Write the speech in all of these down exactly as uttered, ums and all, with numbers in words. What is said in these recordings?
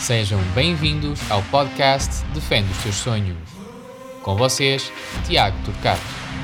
Sejam bem-vindos ao podcast Defende os Teus Sonhos. Com vocês, Tiago Turcato.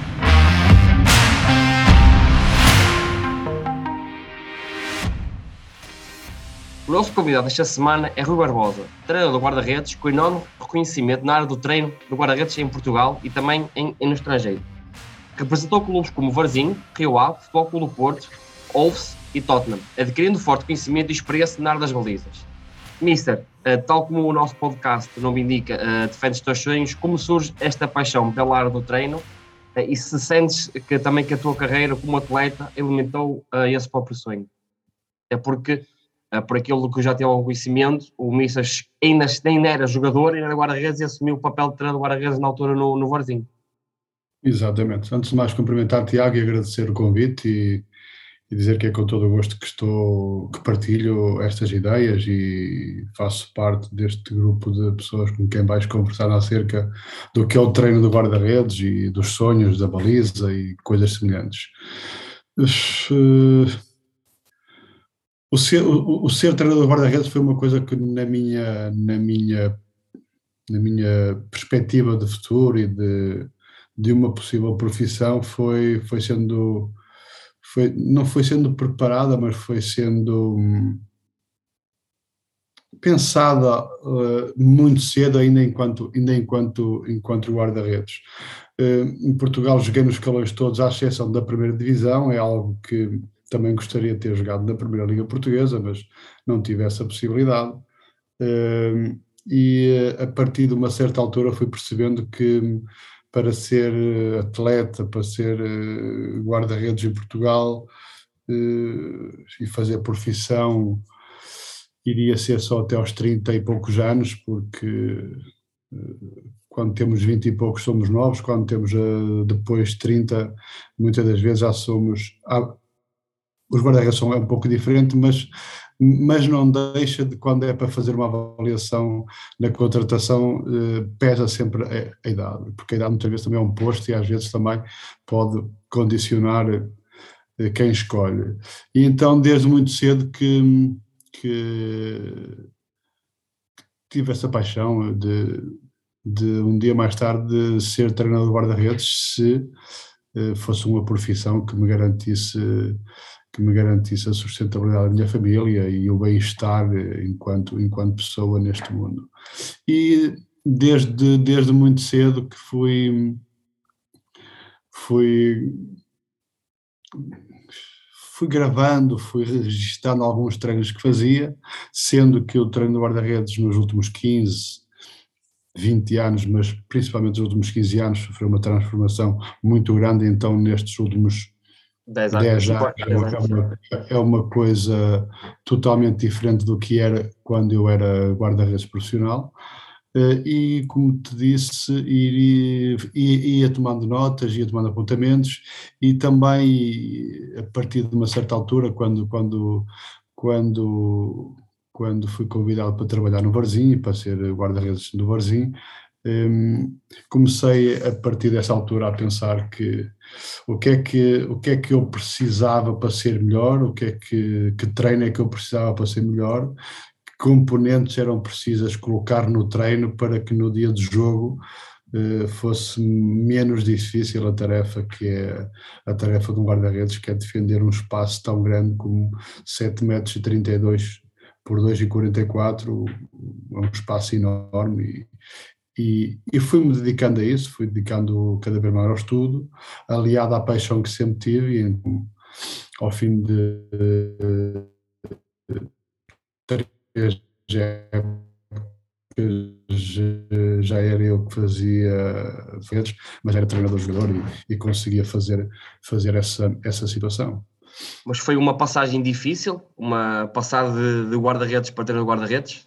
O nosso convidado esta semana é Rui Barbosa, treinador do guarda-redes com enorme reconhecimento na área do treino do guarda-redes em Portugal e também em, em no estrangeiro. Representou clubes como Varzim, Rio Ave, Futebol Clube do Porto, Wolves e Tottenham, adquirindo forte conhecimento e experiência na área das balizas. Mister, uh, tal como o nosso podcast o nome indica, uh, Defende os Teus Sonhos, como surge esta paixão pela área do treino uh, e se sentes que também que a tua carreira como atleta alimentou uh, esse próprio sonho? É porque, uh, por aquilo que eu já tenho algum conhecimento, o Mister ainda, ainda era jogador, ainda era guarda-redes e assumiu o papel de treinador guarda-redes na altura no, no Varzim. Exatamente. Antes de mais, cumprimentar Tiago e agradecer o convite e, e dizer que é com todo o gosto que estou, que partilho estas ideias e faço parte deste grupo de pessoas com quem vais conversar acerca do que é o treino do guarda-redes e dos sonhos da baliza e coisas semelhantes. Mas, uh, o, ser, o, o ser treinador de guarda-redes foi uma coisa que na minha, na minha, na minha perspectiva de futuro e de de uma possível profissão foi, foi sendo, foi, não foi sendo preparada, mas foi sendo hum, pensada uh, muito cedo, ainda enquanto, ainda enquanto, enquanto guarda-redes. Uh, em Portugal joguei nos escalões todos, à exceção da primeira divisão, é algo que também gostaria de ter jogado na primeira liga portuguesa, mas não tive essa possibilidade. Uh, e a partir de uma certa altura fui percebendo que para ser atleta, para ser guarda-redes em Portugal e fazer profissão, iria ser só até aos trinta e poucos anos, porque quando temos vinte e poucos somos novos, quando temos depois trinta, muitas das vezes já somos... Os guarda-redes são um pouco diferentes, mas, mas não deixa de, quando é para fazer uma avaliação na contratação, eh, pesa sempre a, a idade, porque a idade muitas vezes também é um posto e às vezes também pode condicionar eh, quem escolhe. E então, desde muito cedo que, que tive essa paixão de, de um dia mais tarde ser treinador de guarda-redes, se eh, fosse uma profissão que me garantisse... que me garantisse a sustentabilidade da minha família e o bem-estar enquanto, enquanto pessoa neste mundo. E desde, desde muito cedo que fui, fui, fui gravando, fui registando alguns treinos que fazia, sendo que o treino de guarda-redes nos últimos quinze, vinte anos, mas principalmente nos últimos quinze anos, sofreu uma transformação muito grande, então nestes últimos dez anos, é uma, é uma coisa totalmente diferente do que era quando eu era guarda-redes profissional, e como te disse, ia, ia tomando notas, ia tomando apontamentos, e também a partir de uma certa altura, quando, quando, quando, quando fui convidado para trabalhar no Varzim, para ser guarda-redes no Varzim, Um, comecei a partir dessa altura a pensar que o que é que, o que, é que eu precisava para ser melhor, o que é que, que treino é que eu precisava para ser melhor, que componentes eram precisas colocar no treino para que no dia de jogo uh, fosse menos difícil a tarefa que é a tarefa de um guarda-redes, que é defender um espaço tão grande como sete metros e trinta e dois por dois e quarenta e quatro, é um espaço enorme. E, E, e fui-me dedicando a isso, fui dedicando cada vez mais ao estudo, aliado à paixão que sempre tive, e ao fim de três épocas já era eu que fazia redes, mas era treinador-jogador e, e conseguia fazer, fazer essa, essa situação. Mas foi uma passagem difícil? Uma passada de, de guarda-redes para treinador de guarda-redes?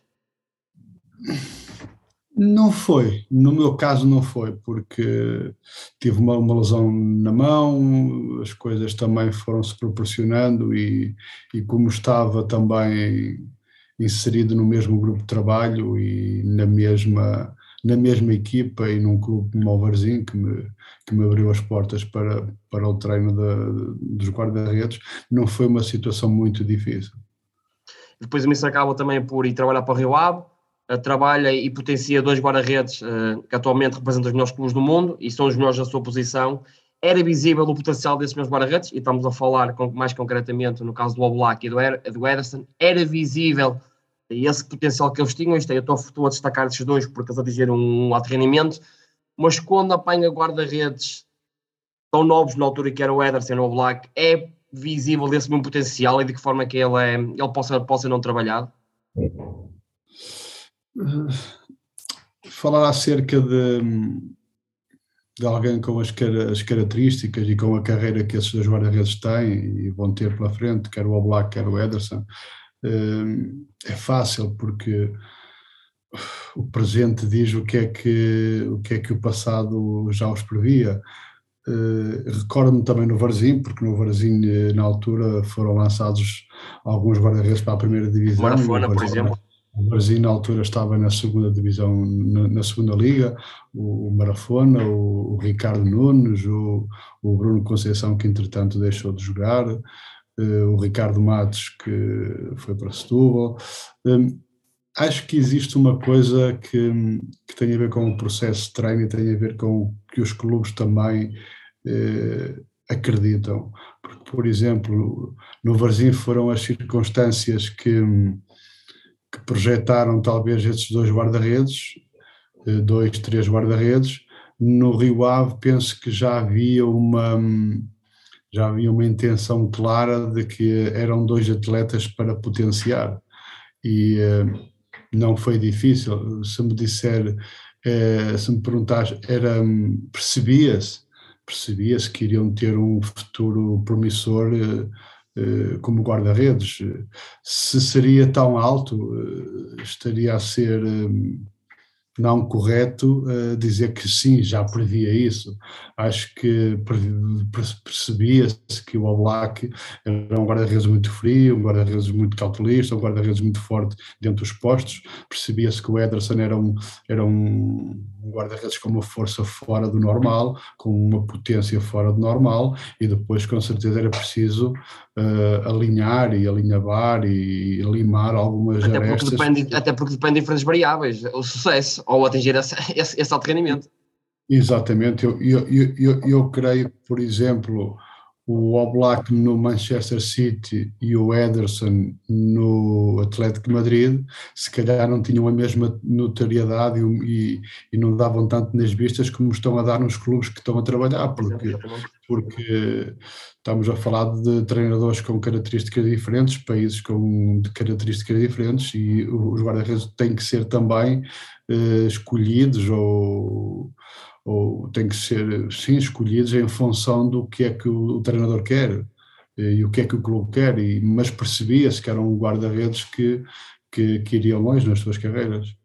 Não foi, no meu caso não foi, porque tive uma, uma lesão na mão, as coisas também foram-se proporcionando e, e como estava também inserido no mesmo grupo de trabalho e na mesma, na mesma equipa e num clube como o Varzim, que me, que me abriu as portas para, para o treino de, dos guarda-redes, não foi uma situação muito difícil. Depois o Mister acaba também por ir trabalhar para o Rio Ave, uh, trabalha e potencia dois guarda-redes uh, que atualmente representam os melhores clubes do mundo e são os melhores da sua posição. Era visível o potencial desses meus guarda-redes, e estamos a falar com, mais concretamente no caso do Oblak e do, er, do Ederson, era visível esse potencial que eles tinham. Isto é, eu estou, estou a destacar esses dois porque eles atingiram um alto rendimento, mas quando apanha guarda-redes tão novos na altura que era o Ederson ou o Oblak, é visível esse mesmo potencial e de que forma que ele, é, ele possa, possa não trabalhado? Falar acerca de, de alguém com as, as características e com a carreira que esses dois guarda-redes têm e vão ter pela frente, quer o Oblak, quer o Ederson, é fácil porque o presente diz o que é que o, que é que o passado já os previa. Uh, recordo-me também no Varzim, porque no Varzim na altura foram lançados alguns guarda-redes para a primeira divisão. Marafona, por exemplo. O Varzim na altura estava na segunda divisão, na, na segunda liga, o, o Marafona, o, o Ricardo Nunes, o, o Bruno Conceição, que entretanto deixou de jogar, uh, o Ricardo Matos, que foi para Setúbal. Um, acho que existe uma coisa que, que tem a ver com o processo de treino e tem a ver com que os clubes também eh, acreditam. Porque, por exemplo, no Varzim foram as circunstâncias que, que projetaram talvez esses dois guarda-redes, eh, dois, três guarda-redes. No Rio Ave penso que já havia uma... já havia uma intenção clara de que eram dois atletas para potenciar. E... Eh, não foi difícil. Se me disser, eh, se me perguntares, era, percebia-se, percebia-se que iriam ter um futuro promissor eh, eh, como guarda-redes. Se seria tão alto, eh, estaria a ser eh, não correto uh, dizer que sim, já previa isso. Acho que percebia-se que o Oblak era um guarda-redes muito frio, um guarda-redes muito cautelista, um guarda-redes muito forte dentro dos postos. Percebia-se que o Ederson era um, era um guarda-redes com uma força fora do normal, com uma potência fora do normal, e depois com certeza era preciso uh, alinhar e alinhavar e limar algumas até arestas. Porque depende, até porque depende de diferentes variáveis, o sucesso, ou atingir esse, esse, esse alto rendimento. Exatamente, eu, eu, eu, eu, eu creio que, por exemplo, o Oblak no Manchester City e o Ederson no Atlético de Madrid, se calhar não tinham a mesma notoriedade e, e, e não davam tanto nas vistas como estão a dar nos clubes que estão a trabalhar, porque, porque estamos a falar de treinadores com características diferentes, países com de características diferentes, e os guarda-redes têm que ser também eh, escolhidos ou... ou têm que ser, sim, escolhidos em função do que é que o, o treinador quer e o que é que o clube quer, e, mas percebia-se que eram guarda-redes que, que, que iriam longe nas suas carreiras.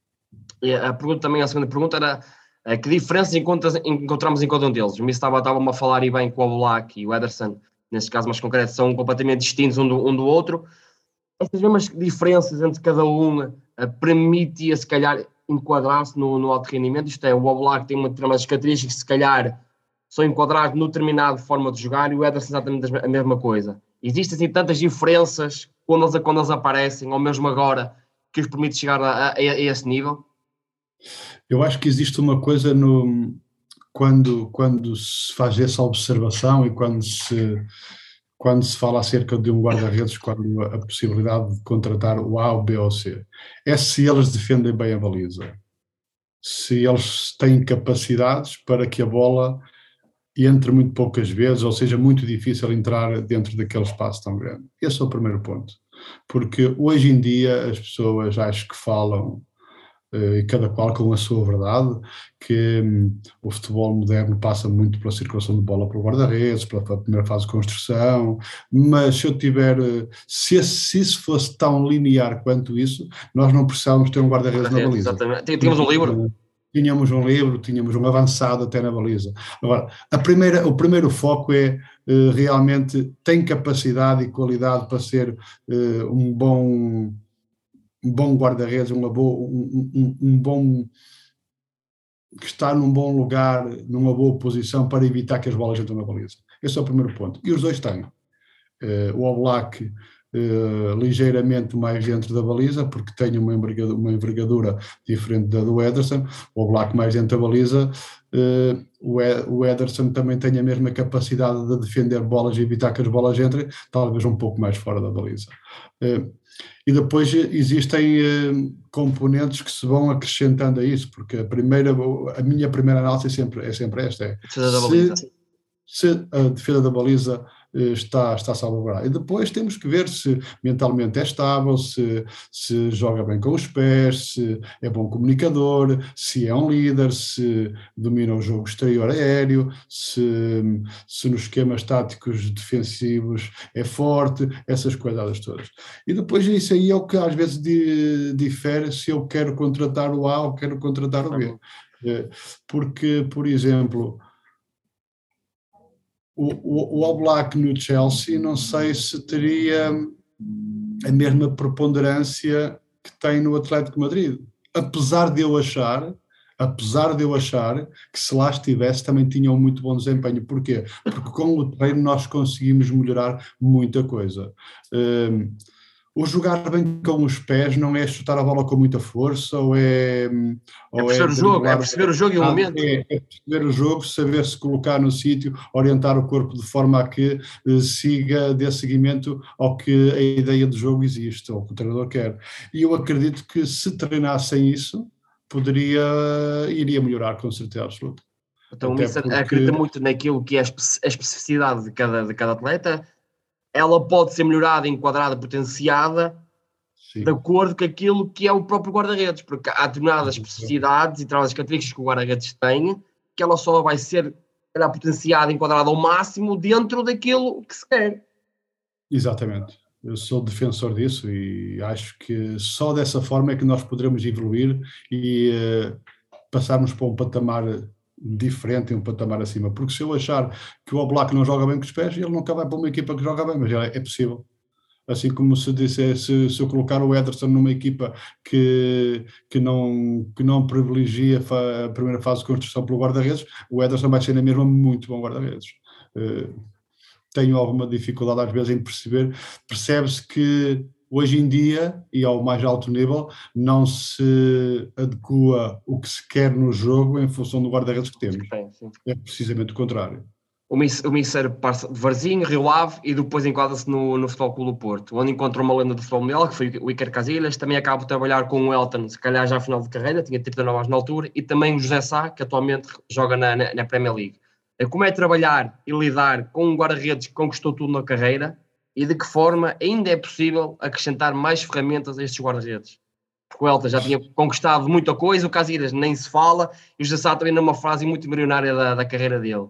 E a pergunta também, a segunda pergunta era a que diferenças encontras, encontramos em cada um deles? O Mister estava, estava-me a falar e bem com o Oblak e o Ederson, neste caso mais concreto, são completamente distintos um do, um do outro. Estas mesmas diferenças entre cada um uh, permitia, se calhar, enquadrar-se no, no alto rendimento. Isto é, o Oblak tem uma determinadas características que se calhar são enquadrados no determinado forma de jogar, e o Ederson exatamente a mesma coisa. Existem assim tantas diferenças quando eles, quando eles aparecem, ou mesmo agora, que os permite chegar a, a, a esse nível? Eu acho que existe uma coisa no, quando, quando se faz essa observação e quando se, quando se fala acerca de um guarda-redes, quando a possibilidade de contratar o A, o B ou o C, é se eles defendem bem a baliza, se eles têm capacidades para que a bola entre muito poucas vezes, ou seja, muito difícil entrar dentro daquele espaço tão grande. Esse é o primeiro ponto. Porque hoje em dia as pessoas acho que falam, e cada qual com a sua verdade, que hum, o futebol moderno passa muito pela circulação de bola para o guarda-redes, pela, pela primeira fase de construção, mas se eu tiver, se, se isso fosse tão linear quanto isso, nós não precisávamos ter um guarda-redes na baliza. Exatamente. Tínhamos um livro. Tínhamos um livro, tínhamos um avançado até na baliza. Agora, a primeira, o primeiro foco é uh, realmente tem capacidade e qualidade para ser uh, um bom... um bom guarda-redes, um, um, um, um bom, que está num bom lugar, numa boa posição para evitar que as bolas entrem na baliza. Esse é o primeiro ponto. E os dois têm. Uh, o Oblak uh, ligeiramente mais dentro da baliza, porque tem uma envergadura, uma envergadura diferente da do Ederson. O Oblak mais dentro da baliza. Uh, o, o Ederson também tem a mesma capacidade de defender bolas e evitar que as bolas entrem, talvez um pouco mais fora da baliza. Uh, e depois existem uh, componentes que se vão acrescentando a isso, porque a, primeira, a minha primeira análise é sempre, é sempre esta, é se, se a defesa da baliza está, está salvaguardada. E depois temos que ver se mentalmente é estável, se, se joga bem com os pés, se é bom comunicador, se é um líder, se domina o jogo exterior aéreo, se, se nos esquemas táticos defensivos é forte, essas coisas todas. E depois isso aí é o que às vezes difere se eu quero contratar o A ou quero contratar o B. Porque, por exemplo, O, o, o Oblak no Chelsea, não sei se teria a mesma preponderância que tem no Atlético de Madrid. Apesar de eu achar, apesar de eu achar que se lá estivesse também tinha um muito bom desempenho. Porquê? Porque com o treino nós conseguimos melhorar muita coisa. Um, o jogar bem com os pés não é chutar a bola com muita força, ou é... Ou é perceber é o jogo, é perceber o jogo e o momento. É, é perceber o jogo, saber se colocar no sítio, orientar o corpo de forma a que eh, siga, dê seguimento ao que a ideia do jogo existe, ou que o treinador quer. E eu acredito que se treinassem isso, poderia, iria melhorar com certeza absoluta. Então, isso porque... acredita muito naquilo que é a especificidade de cada, de cada atleta. Ela pode ser melhorada, enquadrada, potenciada, sim, de acordo com aquilo que é o próprio guarda-redes, porque há determinadas especificidades e determinadas características que o guarda-redes tem, que ela só vai ser ela, potenciada, enquadrada ao máximo dentro daquilo que se quer. Exatamente. Eu sou defensor disso e acho que só dessa forma é que nós poderemos evoluir e uh, passarmos para um patamar diferente e um patamar acima, porque se eu achar que o Oblak não joga bem com os pés, ele nunca vai para uma equipa que joga bem, mas é, é possível. Assim como se disse, se, se eu colocar o Ederson numa equipa que, que, não, que não privilegia a primeira fase de construção pelo guarda-redes, o Ederson vai ser na mesma muito bom guarda-redes. Uh, tenho alguma dificuldade às vezes em perceber, percebe-se que hoje em dia, e ao mais alto nível, não se adequa o que se quer no jogo em função do guarda-redes que temos. Sim, sim. É precisamente o contrário. O Misser passa de Varzim, Rio Ave e depois enquadra-se no, no Futebol Clube do Porto, onde encontra uma lenda do futebol mundial, que foi o Iker Casillas. Também acaba de trabalhar com o Elton, se calhar já a final de carreira, tinha trinta e nove anos na altura, e também o José Sá, que atualmente joga na, na, na Premier League. Como é trabalhar e lidar com um guarda-redes que conquistou tudo na carreira e de que forma ainda é possível acrescentar mais ferramentas a estes guarda-redes? Porque o Elton já tinha conquistado muita coisa, o Casillas nem se fala, e o José Sá também numa fase muito embrionária da, da carreira dele.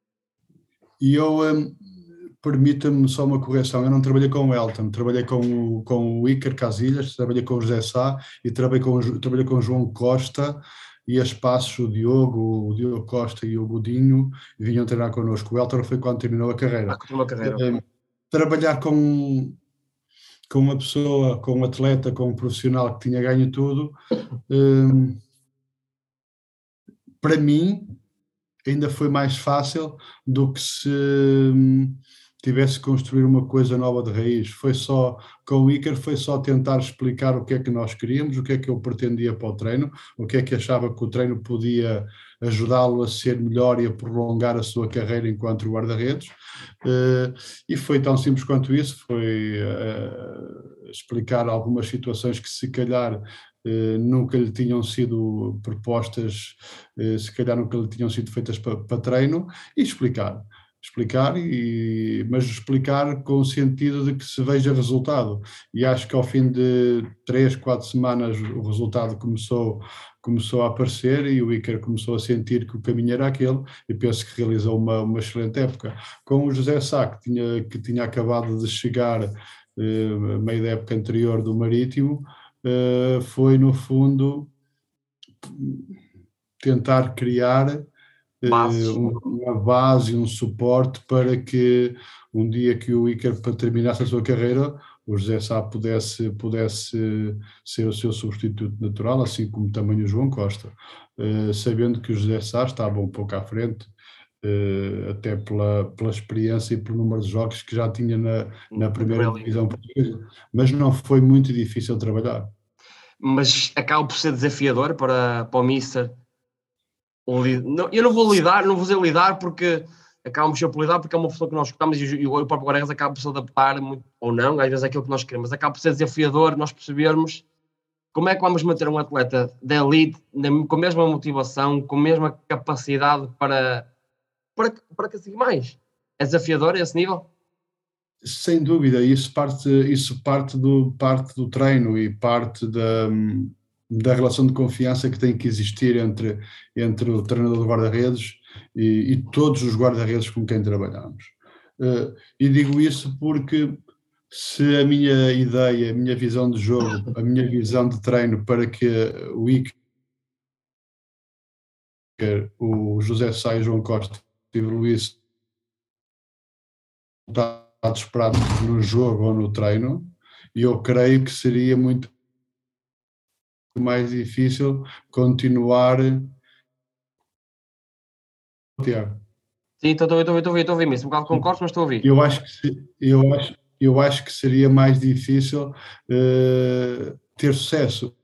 E eu, um, permita-me só uma correção, eu não trabalhei com o Elton, trabalhei com o, com o Iker Casillas, trabalhei com o José Sá e trabalhei com, trabalhei com o João Costa, e a espaços o Diogo, o Diogo Costa e o Godinho vinham treinar connosco. O Elton foi quando terminou a carreira. Ah, continuou a carreira. Um, trabalhar com, com uma pessoa, com um atleta, com um profissional que tinha ganho tudo, um, para mim, ainda foi mais fácil do que se hum, tivesse que construir uma coisa nova de raiz. Foi só, com o Iker, foi só tentar explicar o que é que nós queríamos, o que é que eu pretendia para o treino, o que é que achava que o treino podia ajudá-lo a ser melhor e a prolongar a sua carreira enquanto guarda-redes. Uh, e foi tão simples quanto isso, foi uh, explicar algumas situações que se calhar Uh, nunca lhe tinham sido propostas, uh, se calhar nunca lhe tinham sido feitas para pa treino, e explicar, explicar, e, mas explicar com o sentido de que se veja resultado, e acho que ao fim de três, quatro semanas o resultado começou, começou a aparecer e o Iker começou a sentir que o caminho era aquele, e penso que realizou uma, uma excelente época. Com o José Sá, que tinha, que tinha acabado de chegar uh, meio da época anterior do Marítimo, Uh, foi no fundo tentar criar uh, uma base, um suporte para que um dia que o Iker terminasse a sua carreira, o José Sá pudesse, pudesse ser o seu substituto natural, assim como também o João Costa, uh, sabendo que o José Sá estava um pouco à frente uh, até pela, pela experiência e pelo número de jogos que já tinha na, na primeira divisão portuguesa, mas não foi muito difícil trabalhar. Mas acaba por ser desafiador para, para o Mister. Eu não vou lidar, não vou dizer lidar, porque acabamos por lidar, porque é uma pessoa que nós escutamos e, e o próprio Guarda-Redes acaba por se adaptar, muito, ou não, às vezes é aquilo que nós queremos, mas acaba por ser desafiador nós percebermos como é que vamos manter um atleta da elite com a mesma motivação, com a mesma capacidade para, para, para conseguir mais. É desafiador a esse nível? Sem dúvida, isso parte, isso parte, do, parte do treino e parte da, da relação de confiança que tem que existir entre, entre o treinador de guarda-redes e, e todos os guarda-redes com quem trabalhamos. Uh, e digo isso porque se a minha ideia, a minha visão de jogo, a minha visão de treino para que o Iker, o José Sá e o João Costa evoluísse resultados práticos no jogo ou no treino, e eu creio que seria muito mais difícil continuar. Tiago. Sim, estou a ouvir, estou a ouvir, estou a ouvir mesmo. Um bocado concordo, mas estou a ouvir. Eu acho que, eu acho, eu acho que seria mais difícil uh, ter sucesso.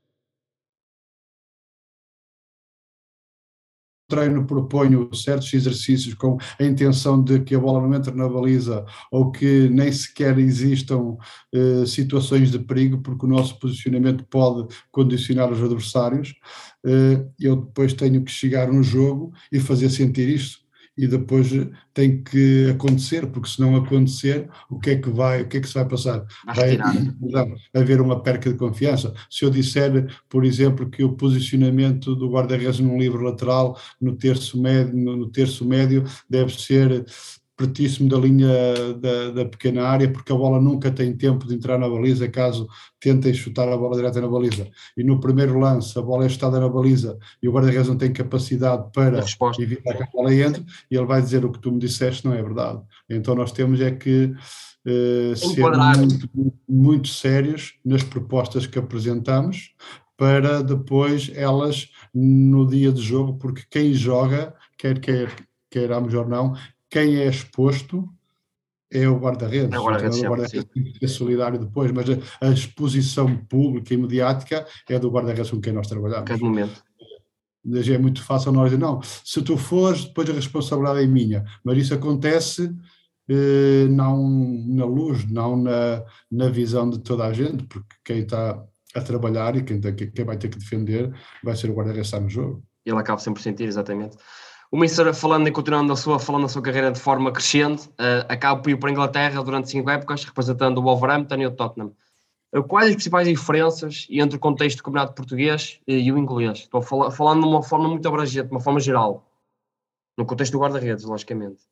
O treino proponho certos exercícios com a intenção de que a bola não entre na baliza ou que nem sequer existam uh, situações de perigo, porque o nosso posicionamento pode condicionar os adversários. Uh, eu depois tenho que chegar no jogo e fazer sentir isto. E depois tem que acontecer, porque se não acontecer, o que é que vai, o que é que se vai passar? Vai haver uma perca de confiança. Se eu disser, por exemplo, que o posicionamento do guarda-redes num livre lateral, no terço médio, no terço médio deve ser pertíssimo da linha da, da pequena área, porque a bola nunca tem tempo de entrar na baliza caso tentem chutar a bola direta na baliza. E no primeiro lance a bola é chutada na baliza e o guarda-redes não tem capacidade para evitar que a bola entre, e ele vai dizer: o que tu me disseste não é verdade. Então nós temos é que uh, ser muito, muito, muito sérios nas propostas que apresentamos, para depois elas no dia de jogo, porque quem joga, quer quer queiramos ou não, quem é exposto é o guarda-redes. É o guarda-redes, então, o guarda-redes tem que ser solidário depois, mas a, a exposição pública e mediática é do guarda-redes com quem nós trabalhamos. Cada momento. Mas é muito fácil nós dizer: não, se tu fores, depois a responsabilidade é minha. Mas isso acontece eh, não na luz, não na, na visão de toda a gente, porque quem está a trabalhar e quem, quem vai ter que defender vai ser o guarda-redes que está no jogo. Ele acaba sempre por sentir, exatamente. O Mister, falando e continuando a sua, falando a sua carreira de forma crescente, uh, acaba por ir para a Inglaterra durante cinco épocas, representando o Wolverhampton e o Tottenham. Uh, quais as principais diferenças entre o contexto do campeonato português e, e o inglês? Estou fal- falando de uma forma muito abrangente, de uma forma geral. No contexto do guarda-redes, logicamente.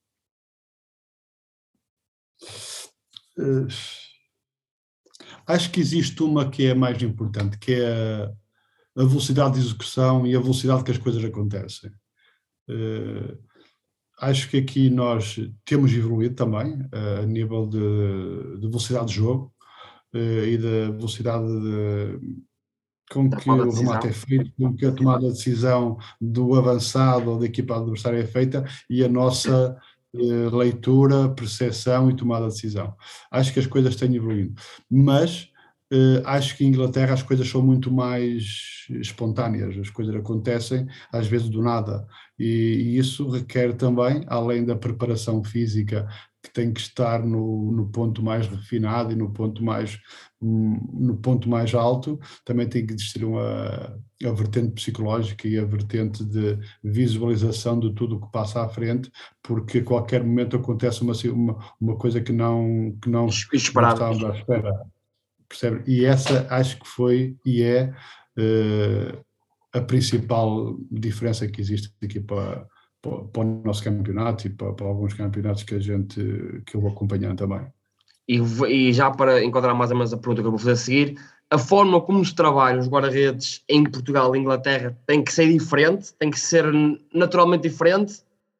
Uh, acho que existe uma que é mais importante, que é a velocidade de execução e a velocidade que as coisas acontecem. Uh, acho que aqui nós temos evoluído também uh, a nível de, de velocidade de jogo uh, e da velocidade de, com que o remate é feito, com que a tomada de decisão do avançado ou da equipa adversária é feita, e a nossa uh, leitura, percepção e tomada de decisão. Acho que as coisas têm evoluído, mas Uh, acho que em Inglaterra as coisas são muito mais espontâneas, as coisas acontecem às vezes do nada, e, e isso requer também, além da preparação física, que tem que estar no, no ponto mais refinado e no ponto mais, no ponto mais alto, também tem que existir uma, a vertente psicológica e a vertente de visualização de tudo o que passa à frente, porque a qualquer momento acontece uma, uma, uma coisa que não, que não, não estávamos à espera. Percebe? E essa acho que foi e é uh, a principal diferença que existe aqui para, para, para o nosso campeonato e para, para alguns campeonatos que a gente, que eu vou acompanhando também. E, e já para enquadrar mais ou menos a pergunta que eu vou fazer a seguir, a forma como se trabalham os guarda-redes em Portugal e Inglaterra tem que ser diferente? Tem que ser naturalmente diferente?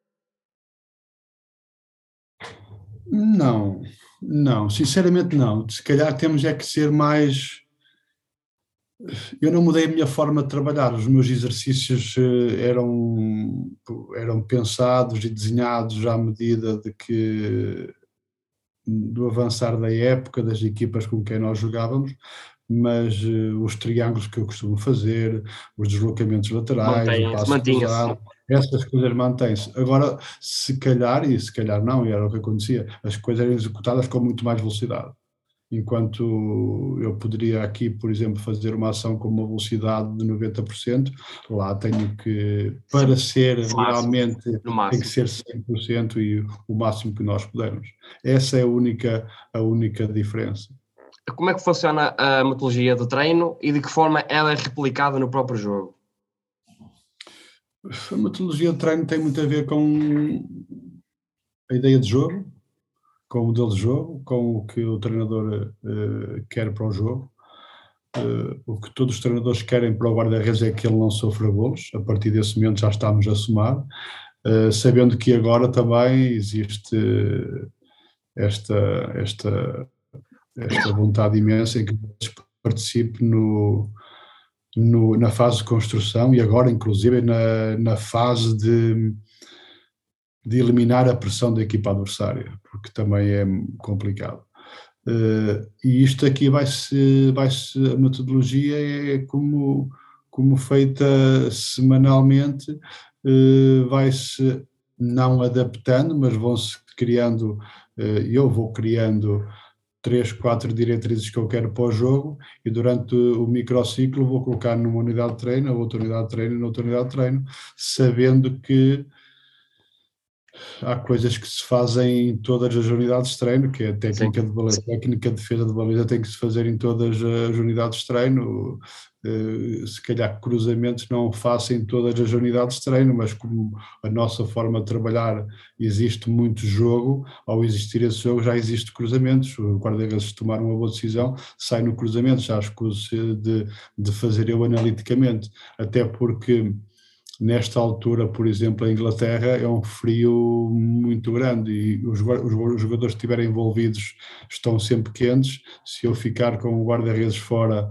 Não, não, sinceramente não. Se calhar temos é que ser mais, Eu não mudei a minha forma de trabalhar, os meus exercícios eh, eram, eram pensados e desenhados à medida de que do avançar da época, das equipas com quem nós jogávamos, mas uh, os triângulos que eu costumo fazer, os deslocamentos laterais, o Mantém-se, passo mantinha-se. cruzado, essas coisas mantêm-se. Agora, se calhar, e se calhar não, e era o que acontecia, as coisas eram executadas com muito mais velocidade. Enquanto eu poderia aqui, por exemplo, fazer uma ação com uma velocidade de noventa por cento, lá tenho que, para ser No máximo, realmente, no tem que máximo. ser cem por cento e o máximo que nós pudermos. Essa é a única, a única diferença. Como é que funciona a metodologia do treino e de que forma ela é replicada no próprio jogo? A metodologia de treino tem muito a ver com a ideia de jogo, com o modelo de jogo, com o que o treinador uh, quer para o jogo. Uh, o que todos os treinadores querem para o guarda-redes é que ele não sofra golos. A partir desse momento já estamos a somar, uh, sabendo que agora também existe esta, esta, esta vontade imensa em que participe no, no, na fase de construção e agora inclusive na, na fase de, de eliminar a pressão da equipa adversária, porque também é complicado. Uh, e isto aqui vai-se, vai-se, a metodologia é como, como feita semanalmente, uh, vai-se não adaptando, mas vão-se criando, uh, eu vou criando três, quatro diretrizes que eu quero para o jogo e durante o microciclo vou colocar numa unidade de treino, outra unidade de treino e noutra unidade de treino, sabendo que há coisas que se fazem em todas as unidades de treino, que é a técnica de baliza, técnica de defesa de baliza tem que se fazer em todas as unidades de treino, se calhar cruzamentos não faço em todas as unidades de treino, mas como a nossa forma de trabalhar existe muito jogo, ao existir esse jogo já existe cruzamentos, o guarda-redes tomar uma boa decisão, sai no cruzamento, já escuso de, de fazer eu analiticamente, até porque nesta altura, por exemplo, a Inglaterra é um frio muito grande e os, os jogadores que estiverem envolvidos estão sempre quentes. Se eu ficar com o guarda-redes fora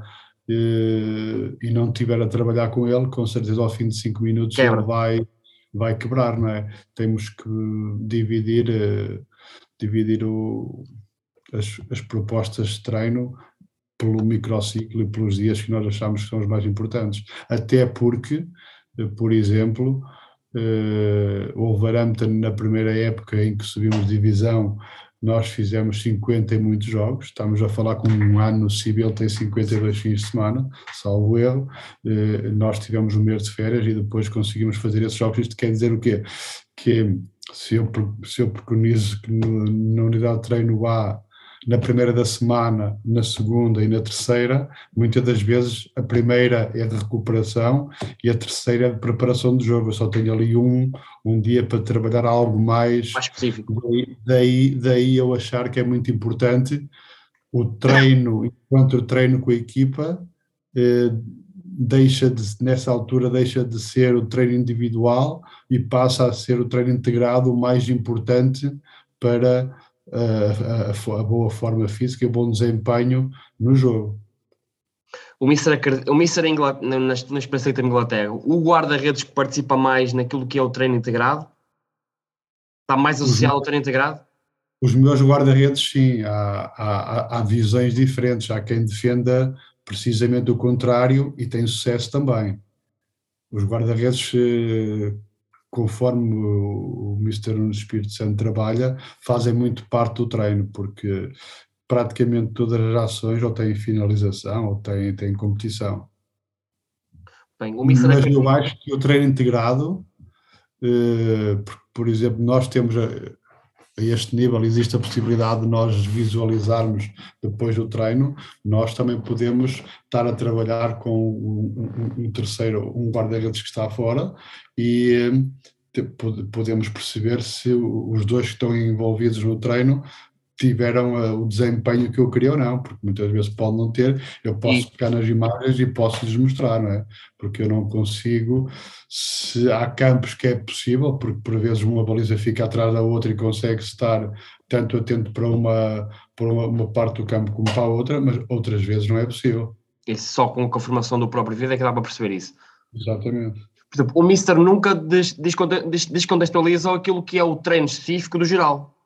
eh, e não estiver a trabalhar com ele, com certeza ao fim de cinco minutos Quebra. ele vai, vai quebrar, não é? Temos que dividir, eh, dividir o, as, as propostas de treino pelo microciclo e pelos dias que nós achamos que são os mais importantes. Até porque por exemplo, uh, o Wolverhampton na primeira época em que subimos divisão, nós fizemos cinquenta e muitos jogos, estamos a falar com um ano civil tem cinquenta e dois fins de semana, salvo erro, uh, nós tivemos um mês de férias e depois conseguimos fazer esses jogos. Isto quer dizer o quê? Que se eu, se eu preconizo que no, na unidade de treino A na primeira da semana, na segunda e na terceira, muitas das vezes a primeira é de recuperação e a terceira é de preparação de jogo. Eu só tenho ali um, um dia para trabalhar algo mais, mais específico. Daí, daí, daí eu achar que é muito importante o treino, enquanto eu treino com a equipa, eh, deixa de, nessa altura deixa de ser o treino individual e passa a ser o treino integrado o mais importante para A, a, a boa forma física e o bom desempenho no jogo. O Mister, o Mister Ingl... na, na experiência da Inglaterra, o guarda-redes que participa mais naquilo que é o treino integrado? Está mais associado os, ao treino integrado? Os meus guarda-redes, sim. Há, há, há visões diferentes. Há quem defenda precisamente o contrário e tem sucesso também. Os guarda-redes, conforme o mister Nuno Espírito Santo trabalha, fazem muito parte do treino, porque praticamente todas as ações ou têm finalização ou têm, têm competição. Bem, o Mas acredita... eu acho que o treino integrado, eh, por, por exemplo, nós temos a, a este nível, existe a possibilidade de nós visualizarmos depois do treino, nós também podemos estar a trabalhar com um, um, um terceiro, um guarda-redes que está fora e podemos perceber se os dois que estão envolvidos no treino tiveram uh, o desempenho que eu queria ou não, porque muitas vezes pode não ter, eu posso e... pegar nas imagens e posso lhes mostrar, não é? Porque eu não consigo, se há campos que é possível, porque por vezes uma baliza fica atrás da outra e consegue estar tanto atento para uma, para uma, uma parte do campo como para a outra, mas outras vezes não é possível. E só com a confirmação do próprio vídeo é que dá para perceber isso. Exatamente. Por exemplo, o Mister nunca des- desconte- des- descontextualiza aquilo que é o treino específico do geral.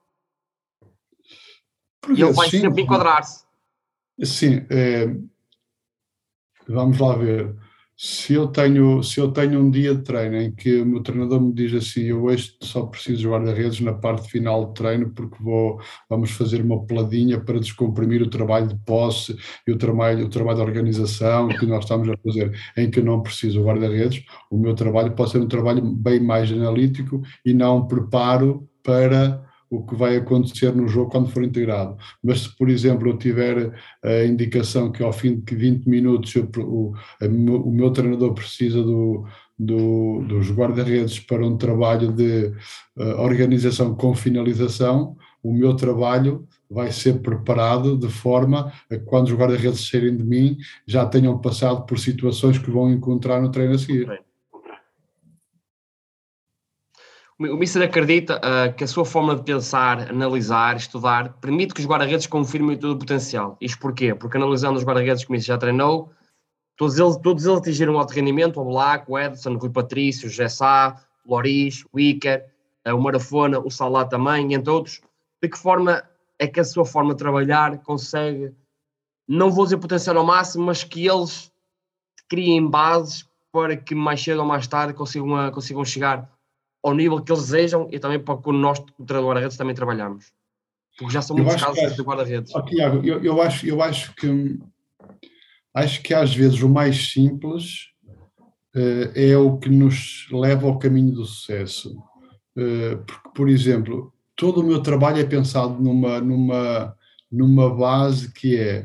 Por E ele vezes, vai sim. sempre enquadrar-se. Sim, é, vamos lá ver. Se eu tenho, se eu tenho um dia de treino em que o meu treinador me diz assim, eu hoje só preciso de guarda-redes na parte final do treino porque vou, vamos fazer uma peladinha para descomprimir o trabalho de posse e o trabalho, o trabalho de organização que nós estamos a fazer, em que eu não preciso de guarda-redes, o meu trabalho pode ser um trabalho bem mais analítico e não um preparo para o que vai acontecer no jogo quando for integrado. Mas se, por exemplo, eu tiver a indicação que ao fim de vinte minutos eu, o, a, o meu treinador precisa do, do, dos guarda-redes para um trabalho de uh, organização com finalização, o meu trabalho vai ser preparado de forma a que quando os guarda-redes saírem de mim já tenham passado por situações que vão encontrar no treino a seguir. O Mister acredita uh, que a sua forma de pensar, analisar, estudar, permite que os guarda-redes confirmem todo o potencial. Isto porquê? Porque analisando os guarda-redes que o Mister já treinou, todos eles, todos eles atingiram um alto rendimento, o Black, o Edson, o Rui Patrício, o Gessá, o Loris, o Iker, uh, o Marafona, o Salah também, entre outros. De que forma é que a sua forma de trabalhar consegue, não vou dizer potencial ao máximo, mas que eles criem bases para que mais cedo ou mais tarde consigam, uh, consigam chegar ao nível que eles desejam e também para que nós, o treinador de guarda-redes, também trabalhamos. Porque já são Eu muitos acho casos que, de guarda-redes. oh, Tiago, eu, eu, acho, eu acho que acho que às vezes o mais simples uh, é o que nos leva ao caminho do sucesso. Uh, porque, por exemplo, todo o meu trabalho é pensado numa, numa, numa base que é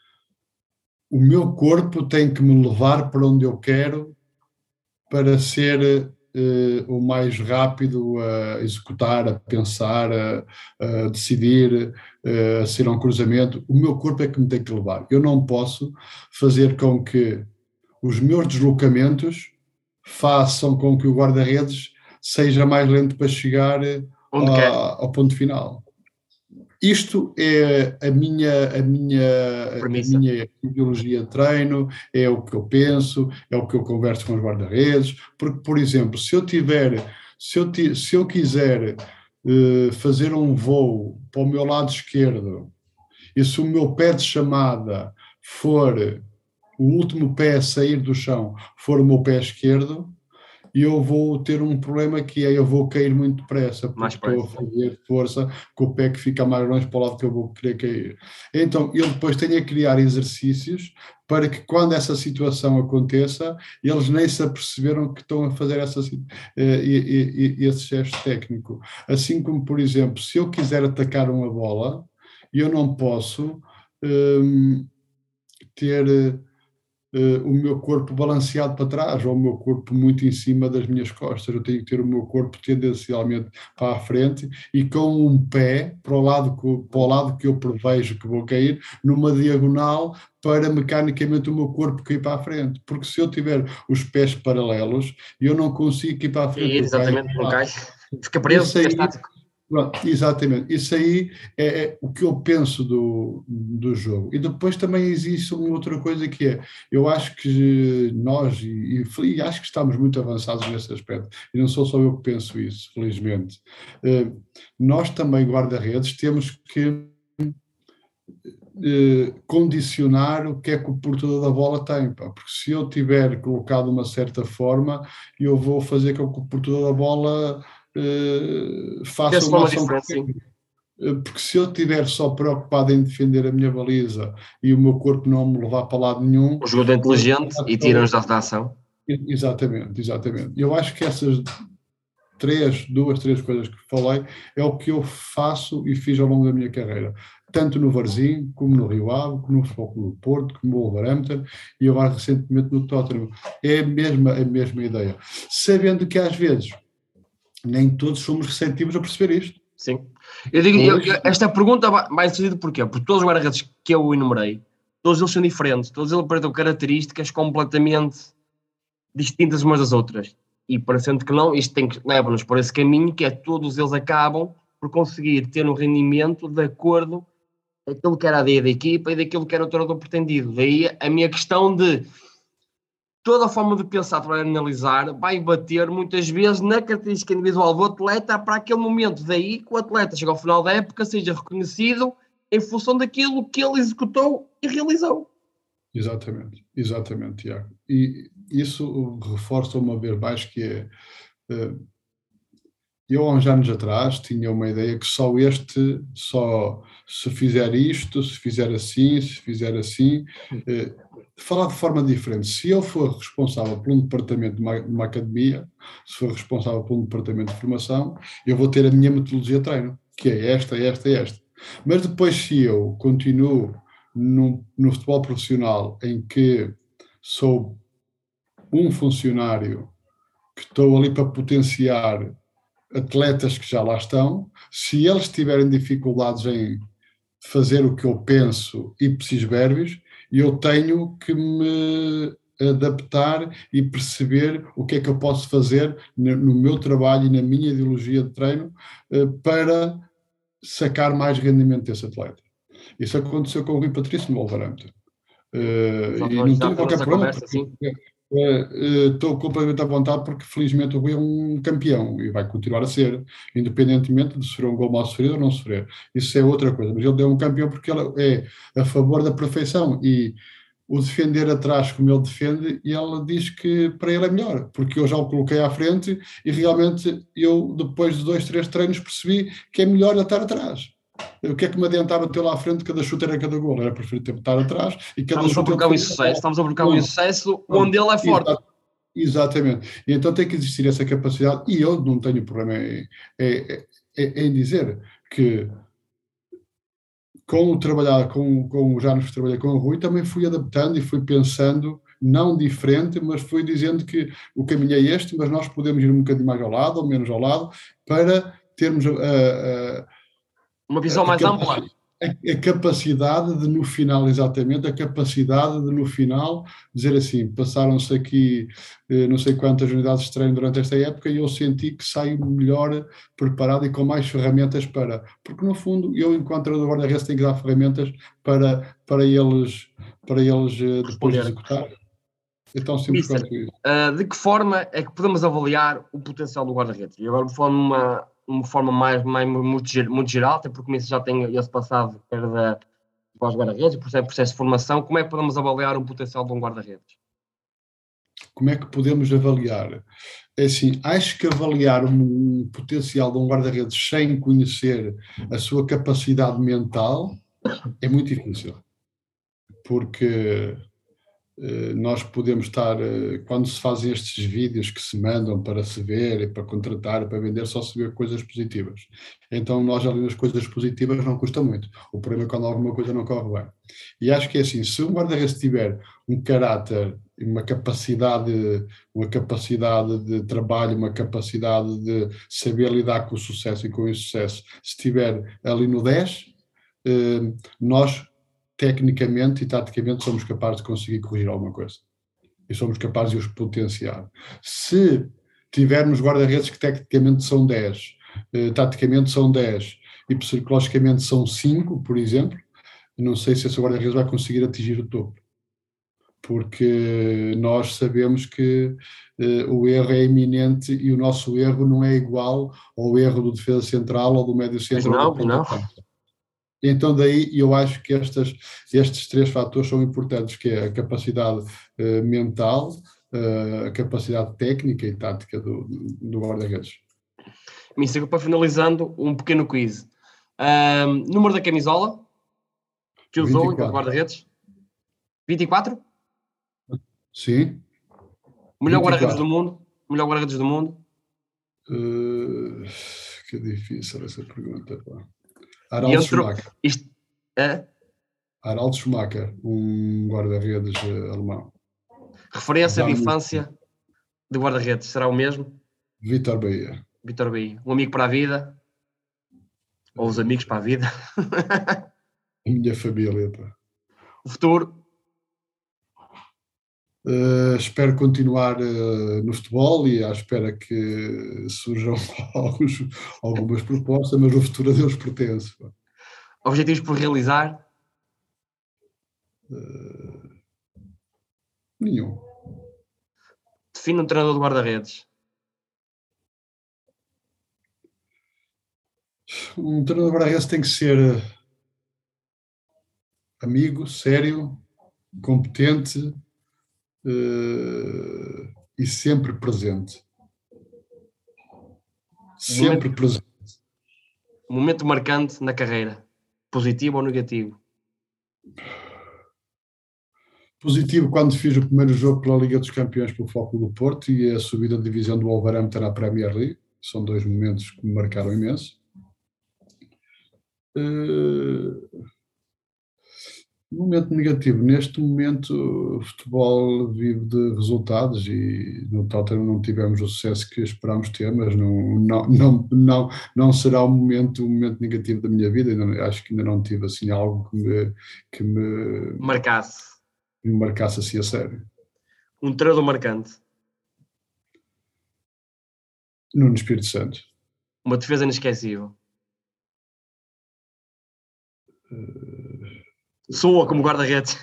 o meu corpo tem que me levar para onde eu quero para ser uh, o mais rápido a executar, a pensar, a, a decidir, uh, a ser um cruzamento. O meu corpo é que me tem que levar. Eu não posso fazer com que os meus deslocamentos façam com que o guarda-redes seja mais lento para chegar Onde a, quer. ao ponto final. Isto é a minha, a minha, a minha ideologia de treino, é o que eu penso, é o que eu converso com os guarda-redes, porque, por exemplo, se eu tiver, se eu, se eu quiser uh, fazer um voo para o meu lado esquerdo, e se o meu pé de chamada for o último pé a sair do chão, for o meu pé esquerdo, e eu vou ter um problema que é, eu vou cair muito depressa, porque estou a fazer força com o pé que fica mais longe para o lado que eu vou querer cair. Então, eu depois tenho a criar exercícios para que quando essa situação aconteça, eles nem se aperceberam que estão a fazer essa, esse gesto técnico. Assim como, por exemplo, se eu quiser atacar uma bola, eu não posso hum, ter... Uh, o meu corpo balanceado para trás ou o meu corpo muito em cima das minhas costas. Eu tenho que ter o meu corpo tendencialmente para a frente e com um pé para o lado que, para o lado que eu prevejo que vou cair, numa diagonal para mecanicamente o meu corpo cair para a frente. Porque se eu tiver os pés paralelos, eu não consigo ir para a frente. E, exatamente, não cai. Fica preso, fica estático. Pronto, exatamente, isso aí é, é o que eu penso do, do jogo. E depois também existe uma outra coisa que é, eu acho que nós, e, e acho que estamos muito avançados nesse aspecto, e não sou só eu que penso isso, felizmente, uh, nós também, guarda-redes, temos que uh, condicionar o que é que o portador da bola tem, pá, porque se eu tiver colocado de uma certa forma, eu vou fazer com que o portador da bola... Uh, faça uma ação diferente. Porque se eu estiver só preocupado em defender a minha baliza e o meu corpo não me levar para lado nenhum... O jogador é inteligente e tira-nos da ação. Exatamente, exatamente. Eu acho que essas três, duas, três coisas que falei é o que eu faço e fiz ao longo da minha carreira. Tanto no Varzim, como no Rio Ave, como no Futebol Clube do Porto, como no Wolverhampton e agora recentemente no Tottenham. É a mesma, a mesma ideia. Sabendo que às vezes nem todos somos receptivos a perceber isto. Sim. Eu digo, eu, eu, esta pergunta vai decidir porquê? Porque todos os guarda-redes que eu enumerei, todos eles são diferentes, todos eles apresentam características completamente distintas umas das outras. E parecendo que não, isto tem que leva-nos por esse caminho, que é todos eles acabam por conseguir ter um rendimento de acordo aquilo que era a ideia da equipa e daquilo que era o treinador pretendido. Daí a minha questão de toda a forma de pensar para analisar vai bater muitas vezes na característica individual do atleta para aquele momento. Daí que o atleta chega ao final da época seja reconhecido em função daquilo que ele executou e realizou. Exatamente, exatamente, Tiago. E isso reforça uma vez mais que é, eu há uns anos atrás tinha uma ideia que só este, só se fizer isto, se fizer assim, se fizer assim, eh, falar de forma diferente. Se eu for responsável por um departamento de uma, de uma academia, se for responsável por um departamento de formação, eu vou ter a minha metodologia de treino, que é esta, esta, esta. Mas depois, se eu continuo no, no futebol profissional em que sou um funcionário que estou ali para potenciar atletas que já lá estão, se eles tiverem dificuldades em fazer o que eu penso e preciso verbos, eu tenho que me adaptar e perceber o que é que eu posso fazer no meu trabalho e na minha ideologia de treino para sacar mais rendimento desse atleta. Isso aconteceu com o Rui Patrício no Wolverhampton. Uh, e não tive qualquer problema. Estou completamente à vontade porque felizmente o Rui é um campeão e vai continuar a ser, independentemente de sofrer um gol mal sofrido ou não sofrer. Isso é outra coisa, mas ele é um campeão porque ele é a favor da perfeição e o defender atrás como ele defende, e ele diz que para ele é melhor, porque eu já o coloquei à frente e realmente eu depois de dois, três treinos percebi que é melhor estar atrás. O que é que me adiantava ter lá à frente cada chute era cada gol? Era preferível estar atrás e cada estamos chute... A bloquear o insucesso, estamos a bloquear o insucesso onde ele é forte. Exatamente. E então tem que existir essa capacidade, e eu não tenho problema em, em, em dizer que com o trabalhar, com, com os anos que trabalhei com o Rui, também fui adaptando e fui pensando, não diferente, mas fui dizendo que o caminho é este, mas nós podemos ir um bocadinho mais ao lado ou menos ao lado para termos a, a uma visão a mais ampla. A, a capacidade de, no final, exatamente, a capacidade de, no final, dizer assim, passaram-se aqui eh, não sei quantas unidades de treino durante esta época e eu senti que saio melhor preparado e com mais ferramentas para... Porque, no fundo, eu, enquanto treinador do guarda-redes, tenho que dar ferramentas para, para eles, para eles eh, depois de executar. Então, simples quanto isso. Uh, de que forma é que podemos avaliar o potencial do guarda-redes? E agora vou falar numa... uma forma mais, mais muito, muito geral, até porque isso já tem esse passado que era da pós-guarda-redes, processo, processo de formação. Como é que podemos avaliar o potencial de um guarda-redes? Como é que podemos avaliar? É assim, acho que avaliar um, um potencial de um guarda-redes sem conhecer a sua capacidade mental é muito difícil, porque nós podemos estar, quando se fazem estes vídeos que se mandam para se ver e para contratar, para vender, só se vê coisas positivas. Então nós ali nas coisas positivas não custa muito. O problema é quando alguma coisa não corre bem. E acho que é assim, se um guarda-redes tiver um caráter, uma capacidade, uma capacidade de trabalho, uma capacidade de saber lidar com o sucesso e com o insucesso, se estiver ali no dez, nós tecnicamente e taticamente somos capazes de conseguir corrigir alguma coisa. E somos capazes de os potenciar. Se tivermos guarda-redes que tecnicamente são dez, eh, taticamente são dez e psicologicamente são cinco, por exemplo, não sei se esse guarda-redes vai conseguir atingir o topo. Porque nós sabemos que eh, o erro é iminente e o nosso erro não é igual ao erro do defesa central ou do médio central. Não, não. Então daí eu acho que estas, estes três fatores são importantes, que é a capacidade uh, mental, uh, a capacidade técnica e tática do, do guarda-redes. Mister, para finalizando, um pequeno quiz. Um, número da camisola que usou enquanto guarda-redes? vinte e quatro? Sim. Melhor guarda-redes do mundo? Melhor guarda-redes do mundo? Uh, que difícil essa pergunta, pá. Harald Schumacher. Isto, é? Harald Schumacher, um guarda-redes uh, alemão. Referência de infância de guarda-redes, será o mesmo? Vítor Bahia. Vítor Bahia. Um amigo para a vida? Ou os amigos para a vida? A minha família, pá. O futuro? Uh, espero continuar uh, no futebol e à espera que surjam alguns, algumas propostas, mas o futuro a Deus pertence. Pá. Objetivos por realizar? Uh, nenhum. Define um treinador de guarda-redes. Um treinador de guarda-redes tem que ser amigo, sério, competente uh, e sempre presente. Sempre Momento, presente. momento marcante na carreira. Positivo ou negativo? Positivo quando fiz o primeiro jogo pela Liga dos Campeões pelo Futebol do Porto e a subida de divisão do Wolverhampton à Premier League. São dois momentos que me marcaram imenso. Uh, momento negativo. Neste momento o futebol vive de resultados e no Tottenham não tivemos o sucesso que esperámos ter, mas não, não, não, não, não será um momento, um momento negativo da minha vida. Ainda, acho que ainda não tive assim algo que me, que me, Marcasse. me marcasse assim a sério. Um treinador marcante. Nuno Espírito Santo. Uma defesa inesquecível. Uh... Soa como guarda-redes.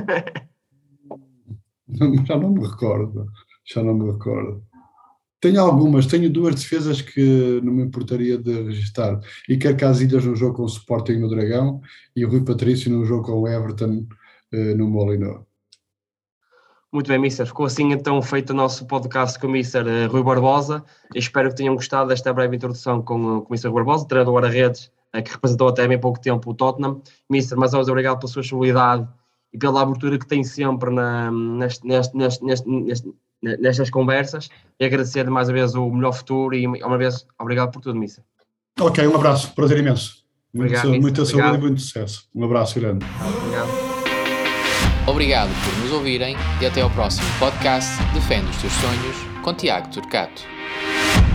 Já não me recordo. Já não me recordo. Tenho algumas. Tenho duas defesas que não me importaria de registrar. Iker Casillas no jogo com o Sporting no Dragão e o Rui Patrício no jogo com o Everton uh, no Molineux. Muito bem, mister. Ficou assim então feito o nosso podcast com o mister uh, Rui Barbosa. Eu espero que tenham gostado desta breve introdução com, uh, com o mister Rui Barbosa, treinador guarda-redes, uh, que representou até bem pouco tempo o Tottenham. mister, mas mais obrigado pela sua solidariedade e pela abertura que tem sempre na, neste, neste, neste, neste, neste, nestas conversas. E agradecer mais uma vez o melhor futuro e uma vez obrigado por tudo, mister. Ok, um abraço. Prazer imenso. Obrigado, muito, muita obrigado. saúde e muito sucesso. Um abraço grande. Obrigado. Obrigado por nos ouvirem e até ao próximo podcast Defende os Teus Sonhos com Tiago Turcato.